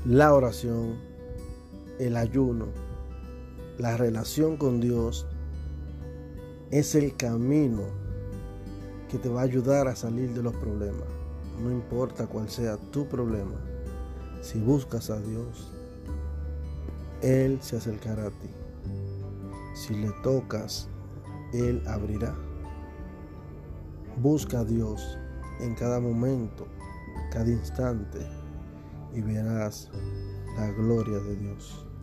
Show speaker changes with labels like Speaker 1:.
Speaker 1: La oración, el ayuno, la relación con Dios es el camino que te va a ayudar a salir de los problemas. No importa cuál sea tu problema, si buscas a Dios, Él se acercará a ti. Si le tocas, Él abrirá. Busca a Dios en cada momento, cada instante, y verás la gloria de Dios.